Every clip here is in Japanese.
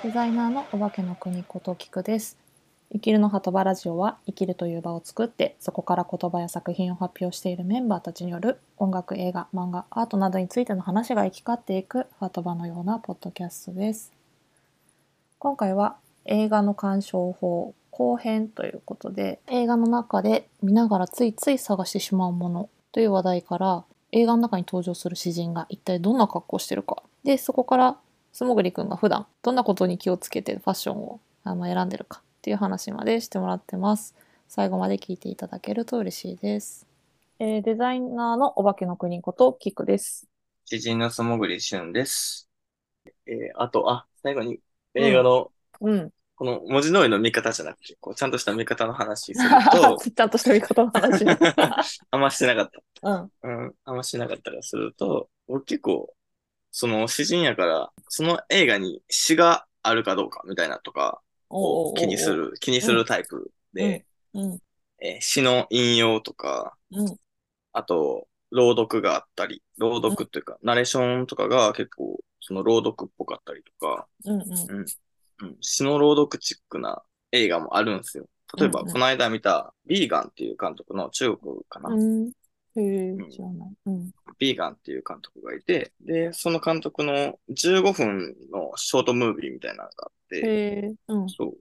デザイナーのお化けの国こときくです。生きるの鳩場ラジオは生きるという場を作ってそこから言葉や作品を発表しているメンバーたちによる音楽、映画、漫画、アートなどについての話が行き交っていく鳩場のようなポッドキャストです。今回は映画の鑑賞法後編ということで、映画の中で見ながらついつい探してしまうものという話題から、映画の中に登場する詩人が一体どんな格好をしてるかで、そこから素潜りくんが普段どんなことに気をつけてファッションを選んでるかっていう話までしてもらってます。最後まで聞いていただけると嬉しいです。デザイナーのお化けの国ことキクです。 詩人の素潜り俊です。最後にうん。 映画のうん。 この文字通りの見方じゃなくて、こうちゃんとした見方の話すると、 ちゃんとした見方の話ね。 あんましてなかった。 うん。 あんましてなかったからすると、僕結構、その詩人やから、その映画に詩があるかどうかみたいなとかおうをおうおう気におう。 するタイプうん。 で、 うん。 詩の引用とか、 うん。 あと、朗読があったり、朗うん。 読っていうか、ナレーションとかが結構、その朗読っぽかったりとか、 うん。うん。 うん詩の朗読チックな映画もあるんですよ。例えば、 うん。 この間見た、ビーガンっていう監督の中国かな。 うん。へえ、 うん。 知らない。うん。 ビーガンっていう監督がいて、で、その監督の15分のショートムービーみたいなのがあって、 へえ、うん。 そう。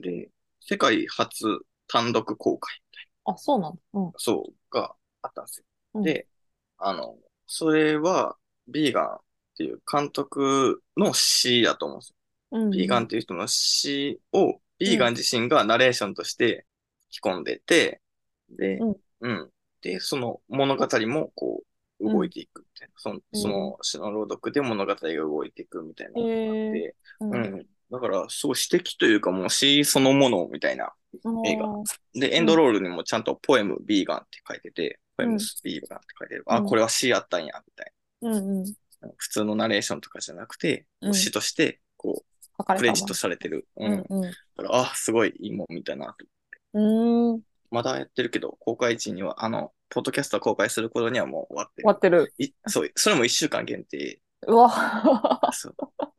で、世界初単独公開みたいあ、そうなんだ。うん。 な、そう、があったんですよ。 うん。 で、あの、それは、ビーガンっていう監督の詩だと思うんですよ。 うん。 ビーガンっていう人の詩を、ビーガンうん。 自身がナレーションとして吹き込んでて、で、 うん。 うん。で、その物語もこう、 うん。 動いていくみたいな。そへえ、 の詩の朗読で物語が動いていくみたいなへのがあっえ、 て、 うん。 うん。だから、すごい詩的というかもう詩そのものみたいなあ映画。 ー、 で、エンうん。 ドロールにもちゃんとポエムビーガンって書いてて、ポエうん。 ムスビーガンって書いてる。あ、こうん。 れは詩やったんや、みたいうん。うん。 な。普通のナレーションとかじゃなくて、 うん。 詩として、こ書かう、クレジットれたもん。 されてる。うん。 うん。うん。 だから、あ、すごいいいもん見たな。 うーん。終まだやってるけど、公開時には、ポッドキャスト公開する頃にはもう終わってる。 わってる。 そう、それも1週間限定。 うわ。 そう。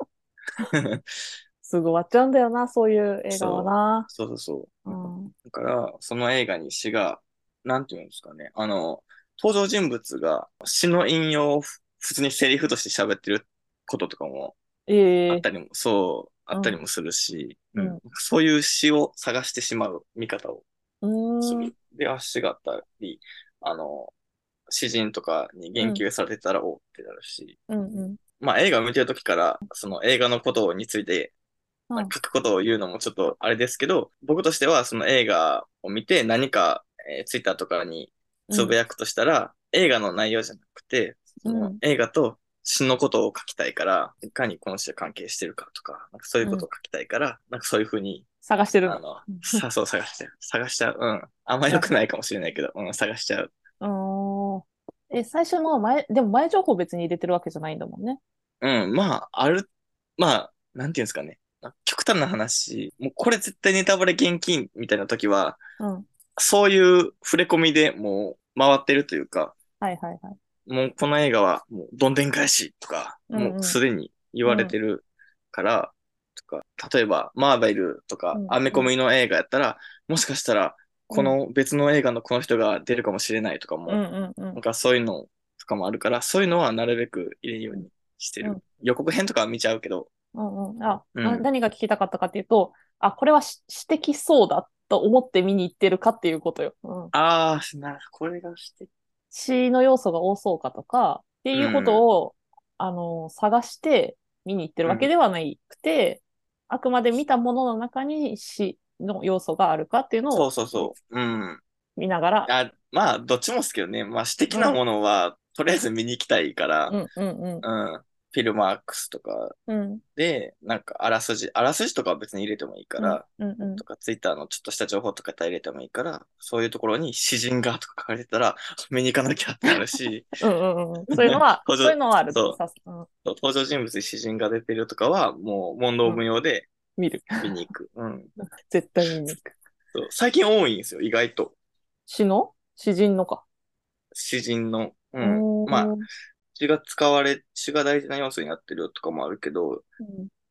すぐ終わっちゃうんだよな、そういう映画はそう。 な。 そうそうそうう。 ん。 だから、その映画に詩が、なんていうんですかね。登場人物が詩の引用を普通にセリフとして喋ってることとかもあええ、 ったりも、そう、あうん。 ったりもするし、うん。 うん。 そういう詩を探してしまう見方をうーん。 する。で、詩があったり、あの、詩人とかにうん。 言及されてたらおってなるし、 うん。うん。 まあ映画を見てるときから、その映画のことについて、 うん。 まあ、書くことを言うのもちょっとあれですけど、僕としてはその映画を見て何か、ツイッターとかにうん。 つぶやくとしたら、映画の内容じゃなくて、そのうん。 映画と詩のことを書きたいから、いかにこの詩が関係してるかとか、なんかそういううん。 ことを書きたいから、なんかそういうふうに、 探してるんだ。 そう探しちゃう。探しちゃう。うん。あんま良探し、 くないかもしれないけど、うん、探しちゃう。 うーん。最初のでも前情報別に入れてるわけじゃないんだもんね。 うん、まあ、まあ、なんていうんですかね。極端な話、もうこれ絶対ネタバレ厳禁みたいな時は、 うん。 そういう触れ込みでもう回ってるというか、 はいはいはい。 もうこの映画はもうどんでん返しとか、もううんうん。 すでに言われうん。 てるから、とか、例えばマーベルとかうんうん。 アメコミの映画やったら、もしかしたらこうん。 の別の映画のこの人が出るかもしれないとかも、 うんうんうん。 なんかそういうのとかもあるから、そういうのはなるべく入れるようにしてる。 うん。 予告編とかは見ちゃうけど、 うんうん。あ、 うん。 何が聞きたかったかっていうと、あ、これは指摘そうだと思って見に行ってるかっていうことよ。うん。 ああ、これがして、 詩の要素が多そうかとか、っていうこうん、 とを、探して見に行ってるうん。 わけではなくて、あくまで見たものの中に詩の要素があるかっていうのそうをそうそう。うん。 見ながら、 まあ、どっちもですけどね。まあ、私的うん、 なものは、とりあえず見に行きたいから、 うん、うん、うん、 うん。フィルマークスとかうん、 で、なんか、あらすじとかは別に入れてもいいかうん、 ら、 うん、うん。 とか、ツイッターのちょっとした情報とか入れてもいいから、そういうところに詩人がとか書かれてたら、見に行かなきゃってなるし、 うん、うん、うん。そういうのは、 登場、 そういうのはあるってそう、 さす、うん、 登場人物に詩人が出てるとかは、もう問答うん、 無用で見る。 見に行く。うん。 絶対見に行く。 そう最近多いんですよ、意外と。 詩人のか。 詩人の。うん。まあ、 おー、 詩が大事な要素になってるとかもあるけど、 うん、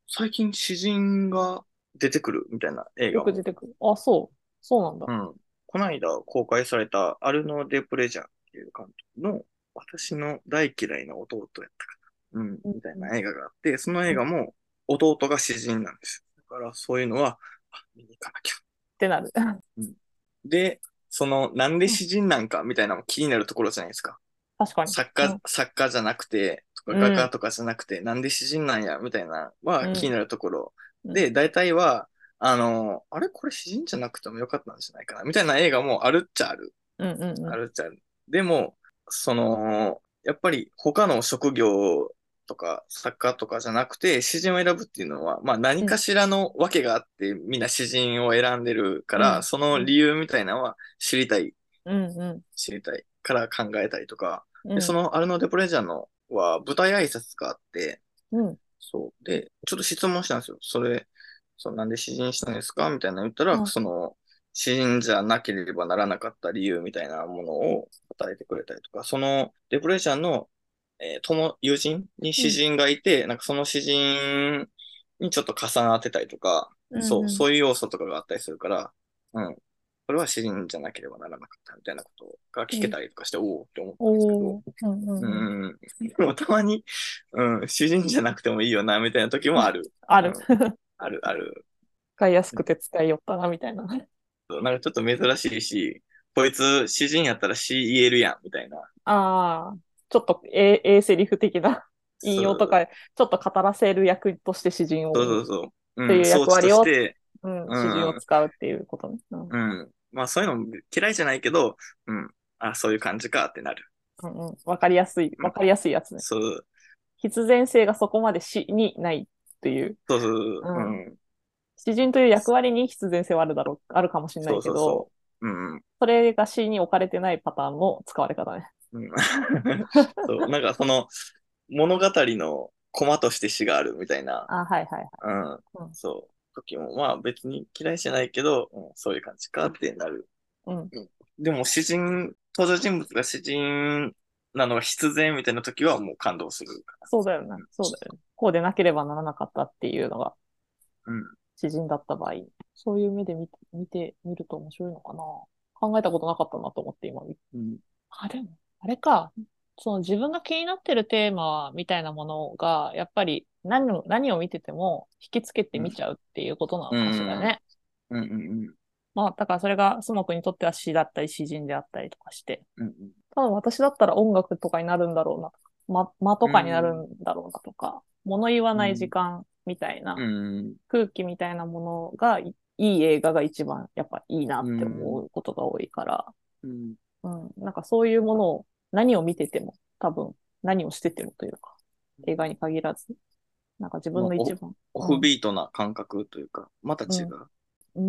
最近詩人が出てくるみたいな映よ画も、 く出てくる。あ、そう。そうなんだ。 うん。この間公開されたアルノ・デ・プレジャーっていう監督の私の大嫌いな弟やったかな。うん。 うんうんみたいな映画があって、その映うんっ画も弟が詩人なんですよ。だからそういうのは、あ、見に行かなきゃ。 てなる。 うん。で、なんでうん、 詩人なんかみたいなのも気になるところじゃないですか。 確かに。うん。 作家じゃなくて、とかうん。 画家とかじゃなくて、なんで詩人なんや、みたいな、は気にうん。 なるところ。 うん。 で、大体は、あれこれ詩人じゃなくてもよかったんじゃないかな、みたいな映画もあるっちゃある。 うん。うん。うん。 あるっちゃある。でも、やっぱり他の職業とか作家とかじゃなくて、詩人を選ぶっていうのは、まあ何かしらの訳があってみんな詩人を選んでるから、 うん。 そのうん。 理由みたいなのはうん。うん。 知りたいから考えたりとか、で、そうん。 のアルノ・デ・プレジャーのは舞台挨拶があって、 うん。 そう。で、ちょっと質問したんですよ。なんで詩人したんですかみたいなの言ったら、 うん。 詩人じゃなければならなかった理由みたいなものを答えてくれたりとか、そのデプレーシャンの、友人に詩うん。 人がいて、なんかその詩人にちょっと重なってたりとか、そう、 うん。 そういう要素とかがあったりするから、うん。これは詩人じゃなければならなかったみたいなことが聞けうん。 たりとかして、おおって思ったんですけど、 おー。うん。うん。うん。 うん。でもたまに、うん、主人じゃなくてもいいよな、みたいな時もある。 ある。 うん。ある、ある。 使いやすくて使いよったな、みたいな。 なんかちょっと珍しいし、こいつ詩人やったら詩言えるやん、みたいな。 ああ、ちょっとセリフ的な引そう、 用とか、ちょっと語らせる役として詩人を、っそうそうそう。うん、 ていう装置役割を、 として、 うん、 う詩人をん、 使うっていうことね。うん。 うん。まあそういうの嫌いじゃないけど、うん。あ、そういう感じかってなる。 うんうん。わかりやすい、 うん。 わかりやすいやつね。 そう、 必然性がそこまで詩にないっていう。 そうそう、ううん。 ん。 詩人という役割に必然性はあるだろう、あるかもしれなそういけど、 そうそう。うん、 それが詩に置かれてないパターンの使われ方ね。 うん。そう、なんか物語のコマとして詩があるみたいな、 あ、はいはいはい。 うん、 うん。 そう、時も、まあ別に嫌いじゃないけど、うん、そういう感じかってなる。 うん。 うん。でも登場人物が詩人なのが必然みたいな時はもう感動するかそうだよな。そうだよね。こうでなければならなかったっていうのがな。うん。 詩人だった場合、そういう目で見てみると面白いのかな。考えたことなかったなと思って今。 うん。 あ、でも、あれか。その自分が気になってるテーマみたいなものが、やっぱり何を見てても引きつけてうん。 見ちゃうっていうことなのうかしらん。 ね。 うん。うん。 まあ、だからそれがスモークにとっては詩だったり詩人であったりとかして。 うん。 ただ私だったら音楽とかになるんだろうなとか、間とうかになるん。 んだろうなとか、物言わない時うん。 間みたいなうん。 空気みたいなものがいい映画が一番やっぱいいなうって思ん。 うことが多いから、 うん。 うん、なんかそういうものを何を見てても多分何をしててもというか、映画に限らず、なんか自分まあ、 の一番、 オフうん、 ビートな感覚というか、また違うん、 う。 うん、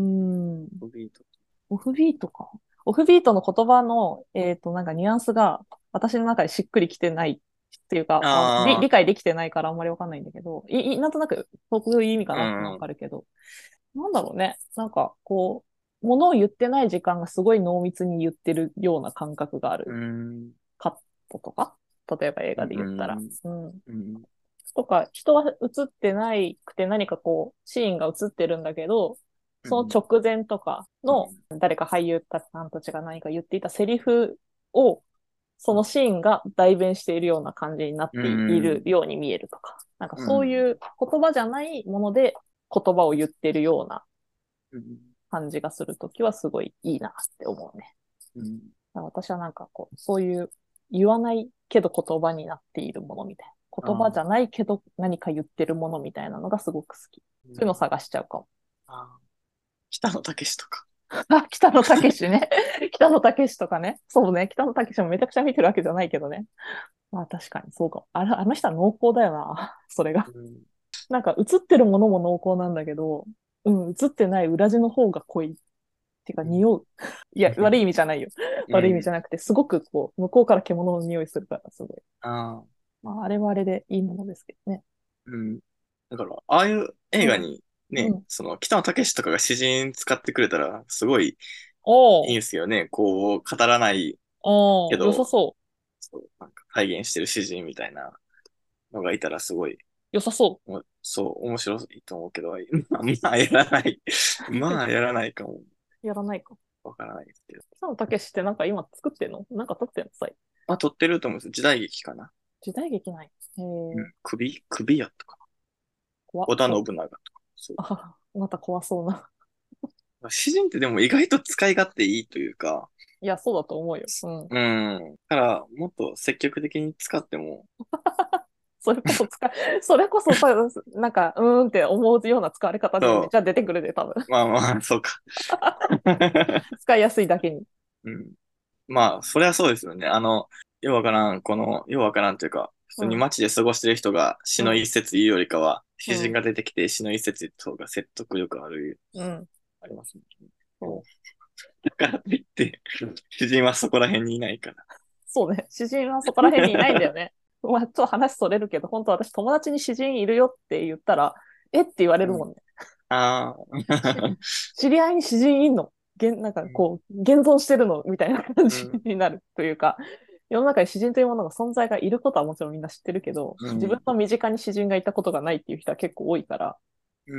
オフビート。 オフビートか。オフビートの言葉の、なんかニュアンスが私の中でしっくりきてないっていうか、 あ理解できてないからあんまりわかんないんだけど、なんとなくそういう意味かあ、 なってのはわうん。 かるけど、なんだろうね。なんか、こう、ものを言ってない時間がすごい濃密に言ってるような感覚があうるん。 カットとか、例えば映う画で言ったら。 ん。 うん。 うん。 とか、人は映ってないくて何かこう、シーンが映ってるんだけど、そのうん。 直前とかの誰か俳優さんたちが何か言っていたセリフを、そのシーンが代弁しているような感じになっうているん。 ように見えるとか、なんかうん。 そういう言葉じゃないもので言葉を言ってるようなうん。 感じがするときはすごいいいなって思うね。 うん。 私はなんかこう、そういう言わないけど言葉になっているものみたいな。言葉じゃああ。 ないけど何か言ってるものみたいなのがすごく好き。 うん。 そういうのを探しちゃうかも。 ああ。北野武とか。 あ、北野武ね。北野武とかね。そうね。北野武もめちゃくちゃ見てるわけじゃないけどね。まあ確かにそうかも。あの人は濃厚だよな。それが。 うん。 なんか映ってるものも濃厚なんだけど、うん、映ってない裏地の方が濃い。っていうかうん。 匂う。いや、悪い意味じゃないよ。悪い意味じゃうん。 なくて、すごくこう、向こうから獣の匂いするから、すごい。 ああ。 まあ、あれはあれでいいものですけどね。 うん。だから、ああいう映うん。 画にね、 うん。 北野武とかが詩人使ってくれたら、すごいいいんおー。 ですよね。こう、語らないけおー。良さど、 そう。 そう、なんか再現してる詩人みたいなのがいたらすごい、 良さそもうそう、面白いと思うけど、まあやらない。まあやらないかも。 やらないか。 わからないですけど。 北野武ってなんか今作ってんの？なんか撮ってんのさい。 まあ撮ってると思うんですよ。時代劇かな。 時代劇ない。 うん。首やったかな。織田怖そう。 信長とか。そう。 あ、また怖そうな。 詩人ってでも意外と使い勝手いいというか、 いや、そうだと思うよ。うん。 うん。だから、もっと積極的に使っても、 それこそそれこそさ、なんか、うーんって思うような使われ方でめっそちゃ出てくるで、多分。 う。まあまあ、そうか。 使いやすいだけに。 うん。まあ、そりゃそうですよね。ようわからんというか、普通にうん。 街で過ごしてる人が詩うん。 の一節言うよりかは、詩人うん。 が出てきて詩の一節言った方が説得力ある、 うん。 ありますね。でも、 そう。 だからって言って、詩人はそこら辺にいないから。 そうね。詩人はそこら辺にいないんだよね。まあ、ちょっと話それるけど、本当私友達に詩人いるよって言ったら、えって言われるうん。 もんね。 あしあ。 知り合いに詩人いんの？なんかうん。 こう、現存してるのみたいな感じうん。 になるというか、世の中に詩人というものが存在がいることはもちろんみんな知ってるけど、自分うん。 の身近に詩人がいたことがないっていう人は結構多いから、 うん。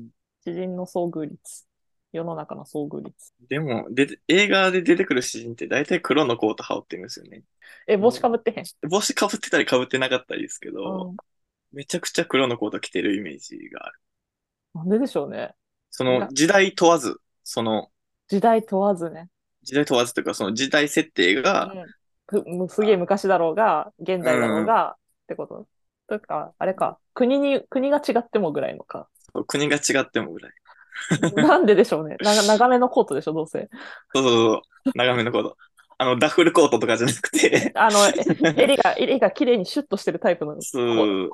詩人の遭遇率、世の中の遭遇率。 でも、映画で出てくる詩人って大体黒のコート羽織ってるんですよね。 え、帽子もかぶってへん？ う、帽子かぶってたりかぶってなかったりですけど、 うん。 めちゃくちゃ黒のコート着てるイメージがある。 なんででしょうね。 そいや、 の時代問わず、 時代問わずね。 時代問わずというか、その時代設定が、 うん。もうすげえあ、 昔だろうが、現う代だろうん、 が、ってこと。というか、あれか、国が違ってもぐらいのか。 国が違ってもぐらい。 なんででしょうね。長めのコートでしょ、どうせ。 そうそうそう、長めのコート。ダッフルコートとかじゃなくて襟が綺麗にシュッとしてるタイプのそう、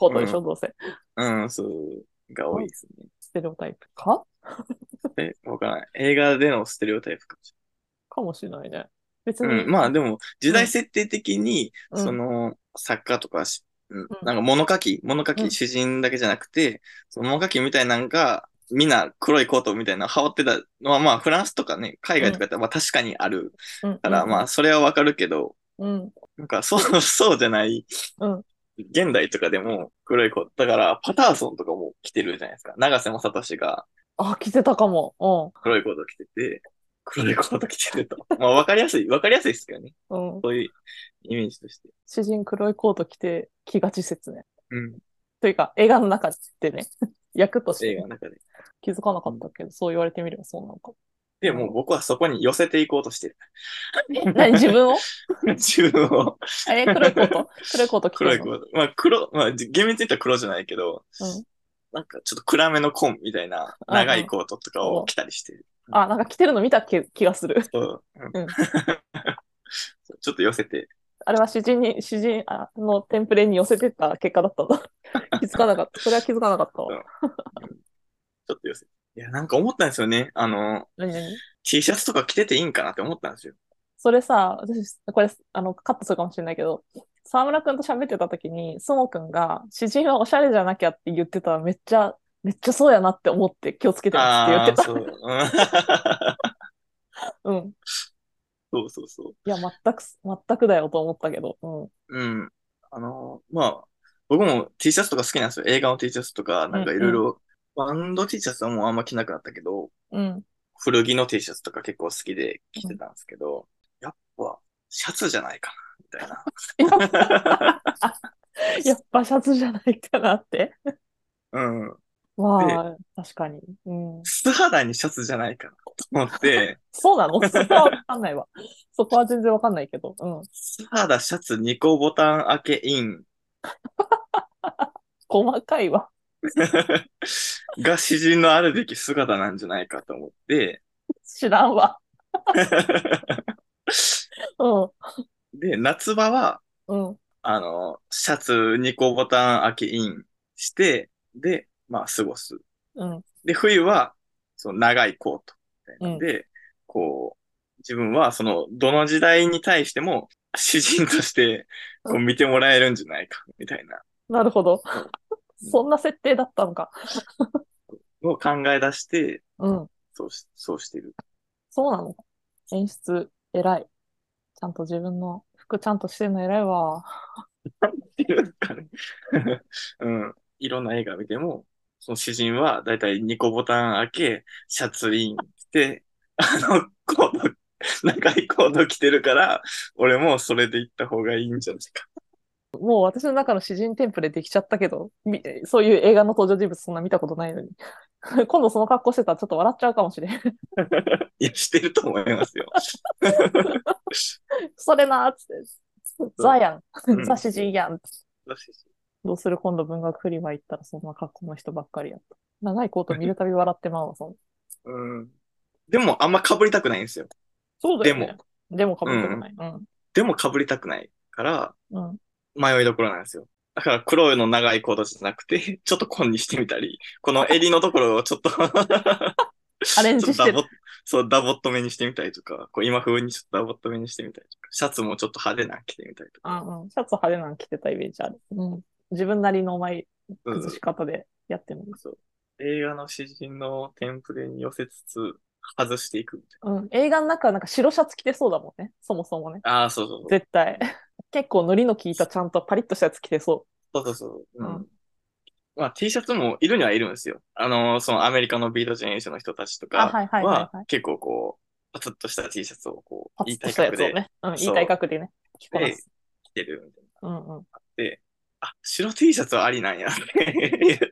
コートでしょ、どうせ。 そう、が多いあ、 ですね。 ステレオタイプかわからない。映画でのステレオタイプかもしかもしれないね。別れない。うん、 に、 まあでも、時うん、 代設定的に、 うん、 作家とかうん、 なんか物書き、 うん、 詩人だけじゃなくて、その物書きみたいなのが、みんな黒いコートみたいなの羽織ってたのは、まあ、フランスとかね、海外とかうん、 やったら、まあ確かにあるうん、 から、まあ、 うん、 それはわかるけど、 うん、 なんか、そうじゃない、 うん。 現代とかでも黒いコート。だから、パターソンとかも着てるじゃないですか。長瀬正敏があ、着てたかも。 黒いコート着てて、黒いコート着てると。まあ、わかりやすいですけどね。 うん、うん。 そういうイメージとして。 詩人黒いコート着て着がち説ね。 うん。 というか、映画の中でね、役としてね、 映画の中で。 気づかなうん。 かったけど、そう言われてみればそうなのか。 で、もうなるほど。 僕はそこに寄せていこうとしてる。 何、自分を？ 自分を黒いコート着てんの？ 黒いコート。まあ厳密に言ったら黒じゃないけど、 うん。 なんかちょっと暗めの紺みたいな長いあコートとかをお着たりしてる。 あ、なんか着てるの見た気がする。 そう。うん。 うん。 ちょっと寄せて。 あれは詩人のテンプレに寄せてった結果だったんだ。気づかなかった。それは気づかなかったわ。 うん。ちょっと寄せて。いや、なんか思ったんですよね。 何？ T シャツとか着てていいんかなって思ったんですよ。 それさ、私、これ、カットするかもしれないけど、沢村くんと喋ってた時に、そもくんが、詩人はおしゃれじゃなきゃって言ってたら、めっちゃそうやなって思って気をつけてますって言っああ、 てた。 そう。うん。 うん。 そうそうそう。 いや、全くだよと思ったけど。 うん。まあ、僕も T シャツとか好きなんですよ。映画の T シャツとか、 うん。 なんかいうん。 ろいろ、バンド T シャツはもうあんま着なくなったけど、 うん。 古着の T シャツとか結構好きで着うん。 てたんですけど、やっぱ、シャツじゃないかな、みたいやっな。 やっぱシャツじゃないかなって。 うん。で、 まあ、確かに。うん。 素肌にシャツじゃないかな、と思って、 そうなの？そこはわかんないわ。そこは全然わかんないけど。うん。 素肌シャツ2個ボタン開けイン細かいわ。 が詩人のあるべき姿なんじゃないかと思って、 知らんわ。うん。 で、夏場は、 うん。 シャツ2個ボタン開けインして、で、まあ、過ごす。 うん。 で、冬は、その長いコートみたいうん。 なんで、こ自分は、どの時代に対しても、詩人として、見てもらえるんじゃないか、みたいななるほど。 のそんな設定だったのか。 を考え出して、 うん。 そうしてる。 そうなの？演出、偉い。ちゃんと自分の服ちゃんとしてるの偉いわ。 っていうかね。うん。いろんな映画見ても、 その詩人はだいたい2個ボタン開け、シャツイン着て、コード、長いコード着てるから、俺もそれで行った方がいいんじゃないか。 もう私の中の詩人テンプレできちゃったけど、そういう映画の登場人物そんな見たことないのに。今度その格好してたらちょっと笑っちゃうかもしれん。 いや、してると思いますよ。 それなーっつって。 そう。 ザやん。ザうん。 詩人やん。 らしいし。 どうする今度文学フリマ行ったらそんな格好の人ばっかりやった。長いコート見るたび笑ってまうわ、 うん。でも、あんま被りたくないんですよ。でも、 そうだよね。でも被うん。 りたくない。うん。 でも被りたくないから、 うん。 迷いどころなんですよ。だから黒の長いコードじゃなくて、ちょっと紺にしてみたり、この襟のところをちょっとアレンジしてる。 ちょっとそう、ダボっとめにしてみたりとか、こう今風にちょっとダボっとめにしてみたりとか、シャツもちょっと派手なの着てみたりとか。 うんうん。シャツ派手なの着てたイメージある。うん。自分なりの崩しうん、 方でやってもいい。 そう。映画の詩人のテンプレに寄せつつ、外していくみたいうん。映画の中はなんか白シャツ着てそうだもんね。そもそもね。 な。ああ、そうそうそう。 絶対。結構ノリの効いたちゃんとパリッとしたやつ着てそそうそうそう。 う。 ううん。 ん。まあ T シャツもいるにはいるんですよ。そのアメリカのビートジェネレーションの人たちとあ、 かはいはいはいは、 はい。 結構こう、パツッとした T シャツをこう、いいパツッとしたや体格で、 つをね。うん。いい体そ格でね。 う、着て、 着こなす。 着てるみたいな。 うんうん。 で、あ、白 T シャツはありなんやって言って、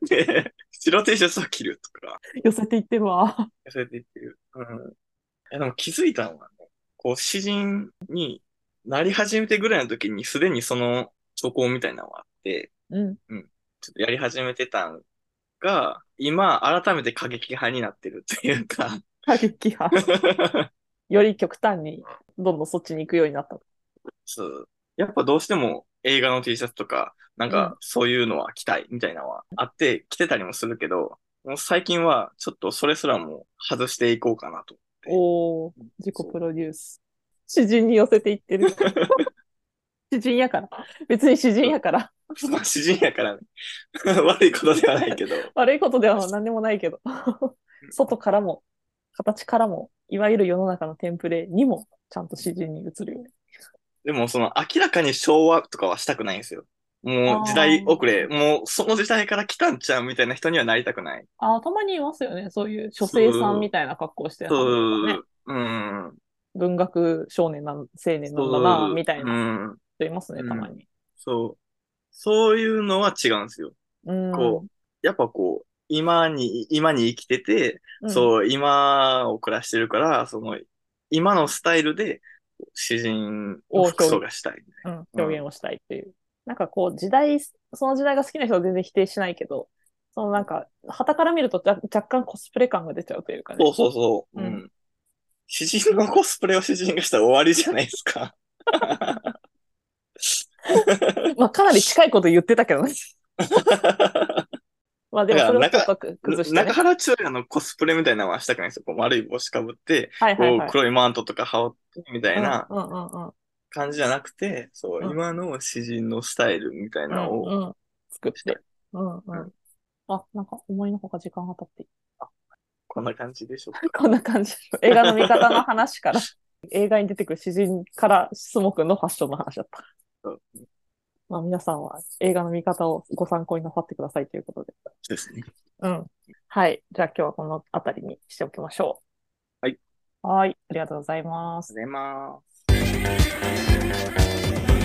白 T シャツは着るとか、 寄せていってるわ。 そうやって言ってる。うん。いや、でも気づいたのはね、こう、詩人になり始めてぐらいの時に、すでにその兆候みたいなのがあって、 うん。 うん。ちょっとやり始めてたんが、今、改めて過激派になってるというか過激派。より極端に、どんどんそっちに行くようになった。 そう。やっぱどうしても映画の T シャツとか、なんうん。 かそういうのは着たいみたいなのはあって着てたりもするけど、もう最近はちょっとそれすらも外していこうかなと思って。 おー、自己そプロデュース。詩人に寄せていってる。詩人やから。別に詩人う。 やから。 まあ詩人やからね。悪いことではないけど。 悪いことでは何でもないけど。外からも、形からも、いわゆる世の中のテンプレにも、ちゃんと詩人に移るよね。 でもその明らかに昭和とかはしたくないんですよ。もう時代遅れ、もうその時代から来たんちゃうみたいな人にはなりたくない。 たまにいますよね。そういう書そ生さんみう、 たいな格好してはるとかね。 そう、うん、 文学少年青年なんだな、 そう、 みたいなうん、 人いますね、たうん、 まに。 そう。そういうのは違うんですよ。 うん。 こう、やっぱこう、今に生きてて、 うん。 そう、今を暮らしてるから、その、今のスタイルで、詩人の服を表現、 装がしたい。 うん、 うん。 表現をしたいっていう。なんかこう、その時代が好きな人は全然否定しないけど、そのなんか、傍から見ると若干コスプレ感が出ちゃうというかね。 そうそうそう。 うん。 うん。詩人のコスプレを詩人がしたら終わりじゃないですか。 まあ、かなり近いこと言ってたけどね。まあでだからもそれをちょっと崩してね。 中原中也のコスプレみたいなのはしたくないんですよ。こう丸い帽子かぶって、こうはいはいはい。 黒いマントとか羽織ってみたうんうんいなうんうん。 感じじゃなくて、そう、 うん今の詩人のスタイルみたいうなのをんうん。作っしたい。 て。うんうん。 うん。 なんか思いのほか時間が経っていい。 あ、こんな感じでしょうか。 こんな感じ。映画の見方の話から、映画に出てくる詩人からスモークのファッションの話だった。 そうまあ皆さんは映画の見方をご参考になさってくださいということで。 ですね。 うん。はい。じゃあ今日はこのあたりにしておきましょはい。ありがとう。はい。ありがとうございます。 うございます。